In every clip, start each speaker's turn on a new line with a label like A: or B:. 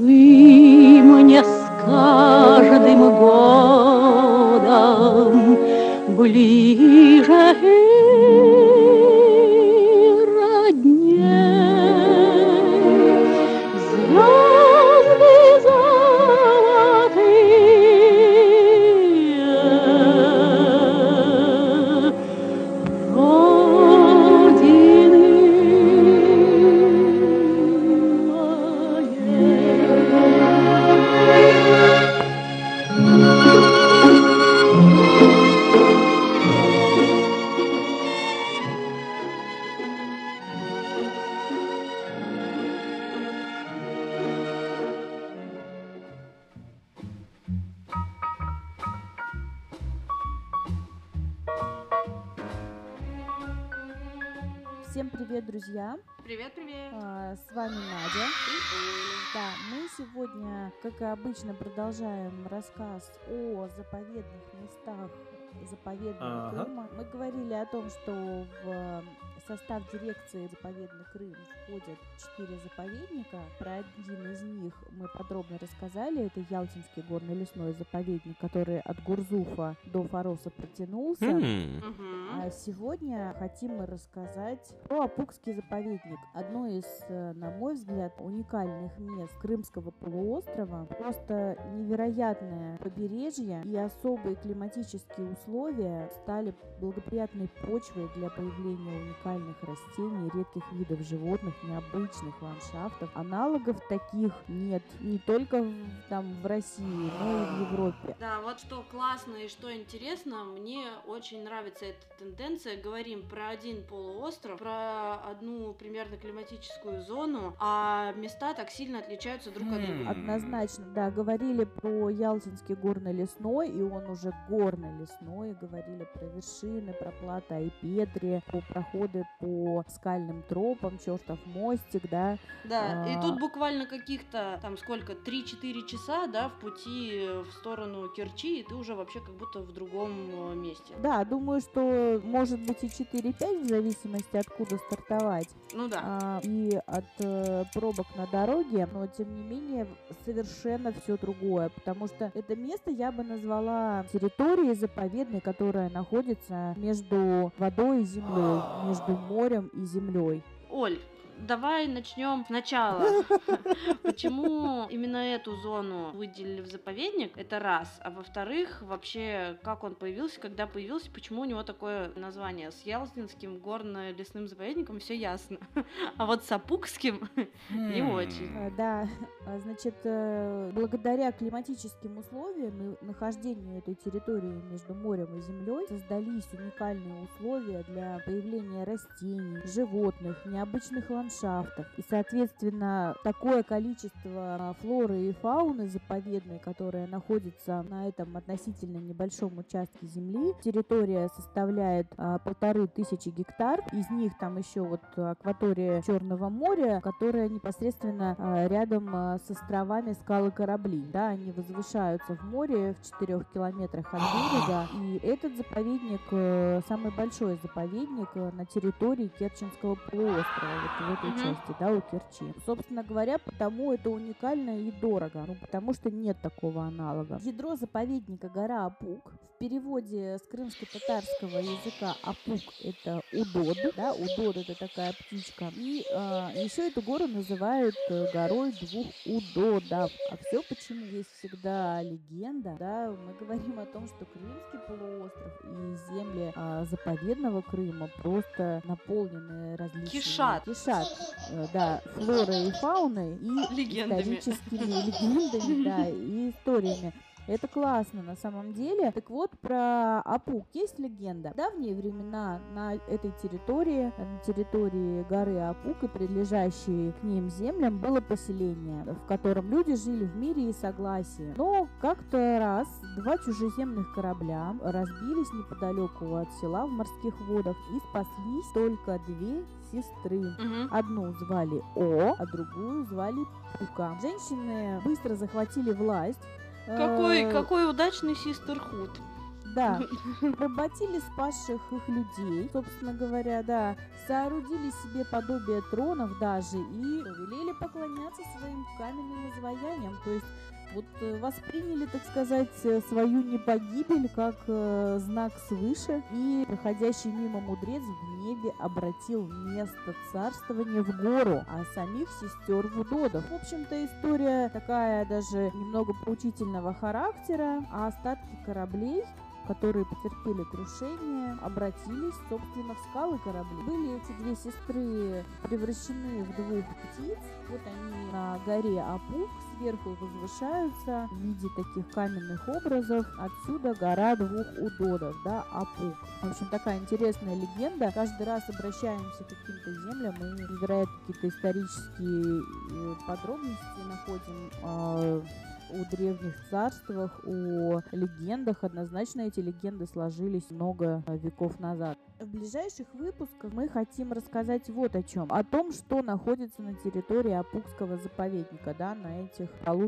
A: Ты мне с каждым годом ближе и родней. Звезды золотые Родины
B: Всем привет, друзья!
C: Привет-привет!
B: С вами Надя.
C: И Оля.
B: Да, мы сегодня, как и обычно, продолжаем рассказ о заповедных местах заповедного Крыма. Мы говорили о том, что в состав дирекции «Заповедный Крым» входят 4 заповедника. Про один из них мы подробно рассказали. Это Ялтинский горно-лесной заповедник, который от Гурзуфа до Фароса протянулся. А сегодня хотим мы рассказать про Апукский заповедник. Одно из, на мой взгляд, уникальных мест Крымского полуострова. Просто невероятное побережье и особые климатические условия стали благоприятной почвой для появления уникальных растений, редких видов животных, необычных ландшафтов. Аналогов таких нет не только в России, но и в Европе.
C: Да, вот что классно и что интересно, мне очень нравится эта тенденция. Говорим про один полуостров, про одну примерно климатическую зону, а места так сильно отличаются друг от друга.
B: Однозначно, да, говорили про Ялтинский горно-лесной, и он уже горно-лесной, говорили про вершины, про плато Айпетри, про проходы по скальным тропам, чертов мостик, да.
C: Да, и тут буквально каких-то, там сколько, 3-4 часа, да, в пути в сторону Керчи, и ты уже вообще как будто в другом месте.
B: Да, думаю, что может быть и 4-5, в зависимости откуда стартовать.
C: Ну да.
B: И от пробок на дороге, но тем не менее совершенно все другое, потому что это место я бы назвала территорией заповедной, которая находится между водой и землей, между морем и землей.
C: Оль, давай начнем сначала. Почему именно эту зону выделили в заповедник? Это раз. А во-вторых, вообще, как он появился, когда появился, почему у него такое название? С Ялтинским горно-лесным заповедником все ясно. А вот с Апукским не очень.
B: Да, значит, благодаря климатическим условиям и нахождению этой территории между морем и землей создались уникальные условия для появления растений, животных, необычных ландшафтов. И, соответственно, такое количество флоры и фауны заповедной, которая находится на этом относительно небольшом участке земли. Территория составляет 1500 гектар. Из них там еще вот акватория Черного моря, которая непосредственно рядом с островами Скалы Корабли. Да, они возвышаются в море в 4 километрах от берега. И этот заповедник самый большой заповедник на территории Керченского полуострова. Вот в этой части, да, у Керчи. Собственно говоря, потому это уникально и дорого. Ну, потому что нет такого аналога. Ядро заповедника гора Апук. В переводе с крымско-татарского языка Апук это удод. Да, удод это такая птичка. И еще эту гору называют горой двух удодов. А все почему есть всегда легенда. Да, мы говорим о том, что Крымский полуостров и земли заповедного Крыма просто наполнены различными... Кишат, да, флорой и фауной и
C: легендами.
B: историческими легендами, да, и историями. Это классно на самом деле. Так вот, про Апук есть легенда. В давние времена на этой территории, на территории горы Апук и прилежащие к ним землям, было поселение, в котором люди жили в мире и согласии. Но как-то раз 2 чужеземных корабля разбились неподалеку от села в морских водах и спаслись только 2 сестры. Одну звали О, а другую звали Пука. Женщины быстро захватили власть.
C: Какой удачный систерхуд.
B: Да, поработили спасших их людей, собственно говоря, да, соорудили себе подобие тронов даже и велели поклоняться своим каменным изваяниям, то есть вот восприняли, так сказать, свою непогибель как знак свыше, и проходящий мимо мудрец в небе обратил место царствования в гору, а самих сестер в удодов. В общем-то, история такая даже немного поучительного характера, а остатки кораблей, которые потерпели крушение, обратились, собственно, в скалы кораблей. Были эти две сестры превращены в двух птиц. Вот они на горе Апук сверху возвышаются в виде таких каменных образов. Отсюда гора двух удодов, да, Апук. В общем, такая интересная легенда. Каждый раз обращаемся к каким-то землям и, невероятно, какие-то исторические подробности находим о древних царствах, о легендах. Однозначно эти легенды сложились много веков назад. В ближайших выпусках мы хотим рассказать вот о чем. О том, что находится на территории Апукского заповедника, да, на этих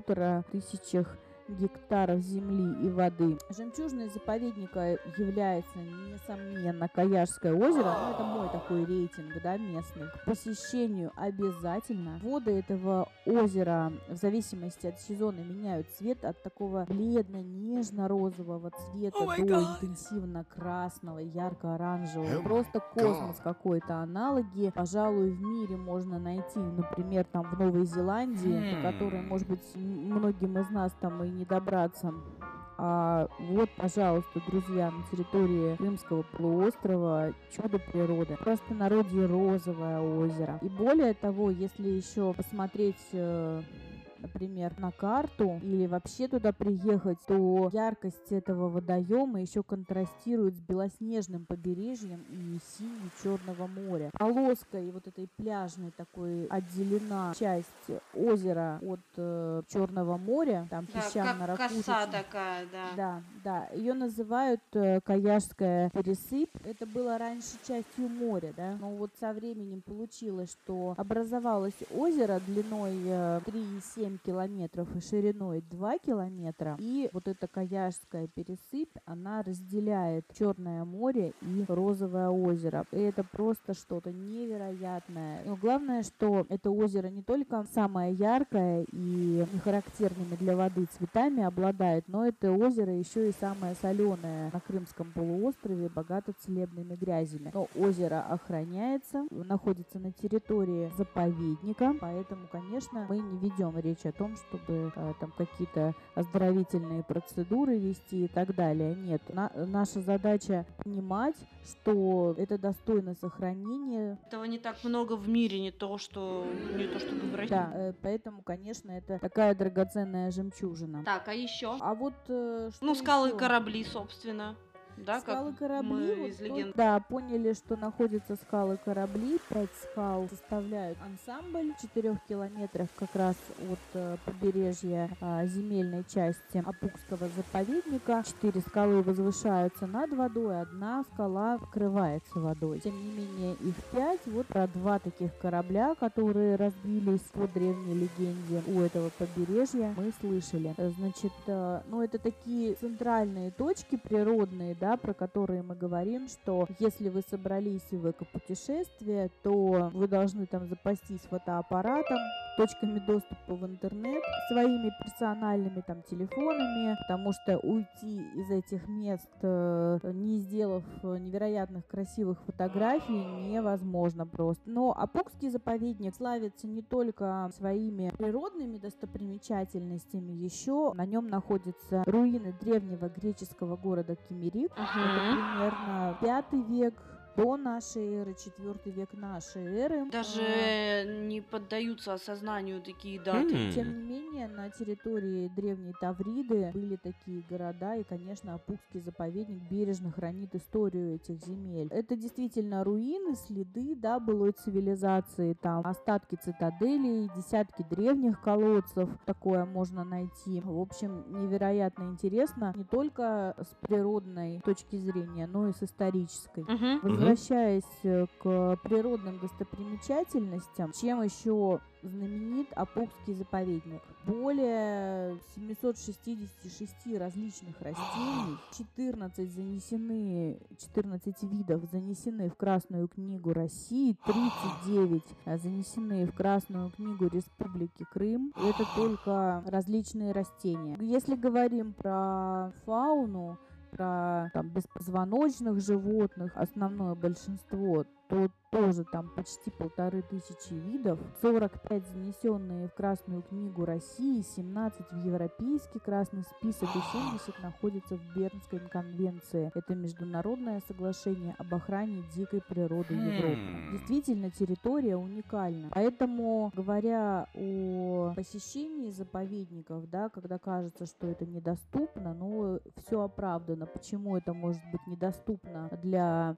B: 1500 гектаров земли и воды. Жемчужиной заповедника является, несомненно, Каяжское озеро. Ну, это мой такой рейтинг, да, местный. К посещению обязательно. Воды этого озера в зависимости от сезона меняют цвет от такого бледно-нежно-розового цвета до интенсивно-красного, ярко-оранжевого. Просто космос какой-то. Аналоги, пожалуй, в мире можно найти, например, там в Новой Зеландии, до которой, может быть, многим из нас там и не добраться. А вот, пожалуйста, друзья, на территории Крымского полуострова чудо природы. В простонародье розовое озеро. И более того, если еще посмотреть, например, на карту или вообще туда приехать, то яркость этого водоема еще контрастирует с белоснежным побережьем и синью Черного моря. Полоской вот этой пляжной такой отделена часть озера от Черного моря, там
C: Да, как коса такая, да.
B: Да. Ее называют Каяжская пересыпь. Это было раньше частью моря, да. Но вот со временем получилось, что образовалось озеро длиной 3,7 километров и шириной 2 километра. И вот эта Каяжская пересыпь, она разделяет Черное море и Розовое озеро. И это просто что-то невероятное. Но главное, что это озеро не только самое яркое и характерными для воды цветами обладает, но это озеро еще и самое соленое на Крымском полуострове, богато целебными грязями. Но озеро охраняется, находится на территории заповедника, поэтому, конечно, мы не ведем речь о том, чтобы там какие-то оздоровительные процедуры вести и так далее. Нет, наша задача понимать, что это достойно сохранения.
C: Этого не так много в мире, не то что говорить.
B: Да, поэтому, конечно, это такая драгоценная жемчужина.
C: Так, а еще?
B: А вот что
C: скалы и
B: еще?
C: корабли, собственно. Да,
B: Скалы,
C: как
B: корабли,
C: мы
B: вот
C: из легенд.
B: да, поняли, что находятся скалы, корабли. 5 скал составляют ансамбль в 4 километрах как раз от побережья земельной части Апукского заповедника. 4 скалы возвышаются над водой, одна скала покрывается водой. Тем не менее, их 5. Вот про 2 таких корабля, которые разбились по древней легенде у этого побережья, мы слышали. Значит, это такие центральные точки природные, да, про которые мы говорим, что если вы собрались в экопутешествие, то вы должны там запастись фотоаппаратом, точками доступа в интернет, своими персональными там телефонами, потому что уйти из этих мест, не сделав невероятных красивых фотографий, невозможно просто. Но Апукский заповедник славится не только своими природными достопримечательностями, еще на нем находятся руины древнего греческого города Киммерик. Это примерно 5 век до нашей эры, 4 век нашей эры.
C: Даже не поддаются осознанию такие даты.
B: Тем не менее, на территории древней Тавриды были такие города, и, конечно, Апукский заповедник бережно хранит историю этих земель. Это действительно руины, следы, да, былой цивилизации, там остатки цитаделей, десятки древних колодцев, такое можно найти. В общем, невероятно интересно не только с природной точки зрения, но и с исторической. Возвращаясь к природным достопримечательностям, чем еще знаменит Апукский заповедник. Более 766 различных растений, 14 видов занесены в Красную книгу России, 39 занесены в Красную книгу Республики Крым. Это только различные растения. Если говорим про фауну, про беспозвоночных животных, основное большинство, то тоже там почти 1500 видов, 45 занесенные в Красную книгу России, 17 в Европейский красный список и 70 находятся в Бернской конвенции. Это международное соглашение об охране дикой природы Европы. Действительно, территория уникальна. Поэтому, говоря о посещении заповедников, да, когда кажется, что это недоступно, но все оправдано. Почему это может быть недоступно для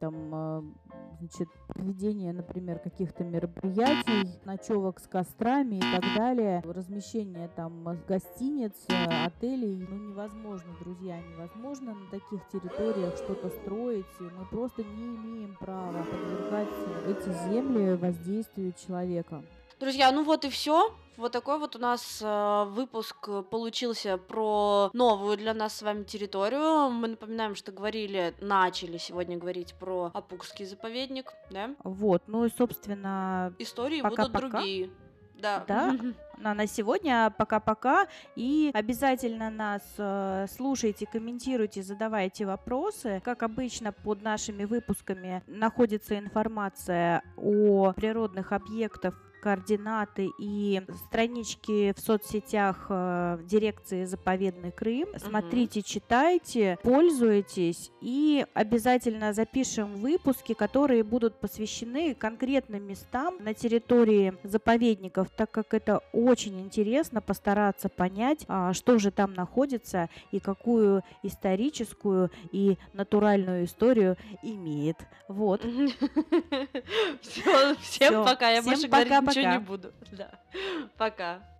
B: проведения, например, каких-то мероприятий, ночевок с кострами и так далее, размещение гостиниц, отелей, невозможно, друзья, невозможно на таких территориях что-то строить. Мы просто не имеем права подвергать эти земли воздействию человека.
C: Друзья, вот и все. Вот такой вот у нас выпуск получился про новую для нас с вами территорию. Мы напоминаем, что начали сегодня говорить про Апукский заповедник, да?
B: И, собственно,
C: истории
B: пока-пока.
C: Будут другие. Да.
B: На сегодня пока-пока. И обязательно нас слушайте, комментируйте, задавайте вопросы. Как обычно, под нашими выпусками находится информация о природных объектах, координаты и странички в соцсетях дирекции «Заповедный Крым». Смотрите, читайте, пользуйтесь, и обязательно запишем выпуски, которые будут посвящены конкретным местам на территории заповедников, так как это очень интересно постараться понять, что же там находится и какую историческую и натуральную историю имеет. Вот.
C: Всем пока. Я
B: Всем
C: больше говорить
B: пока-пока.
C: ничего не буду. Да. Пока.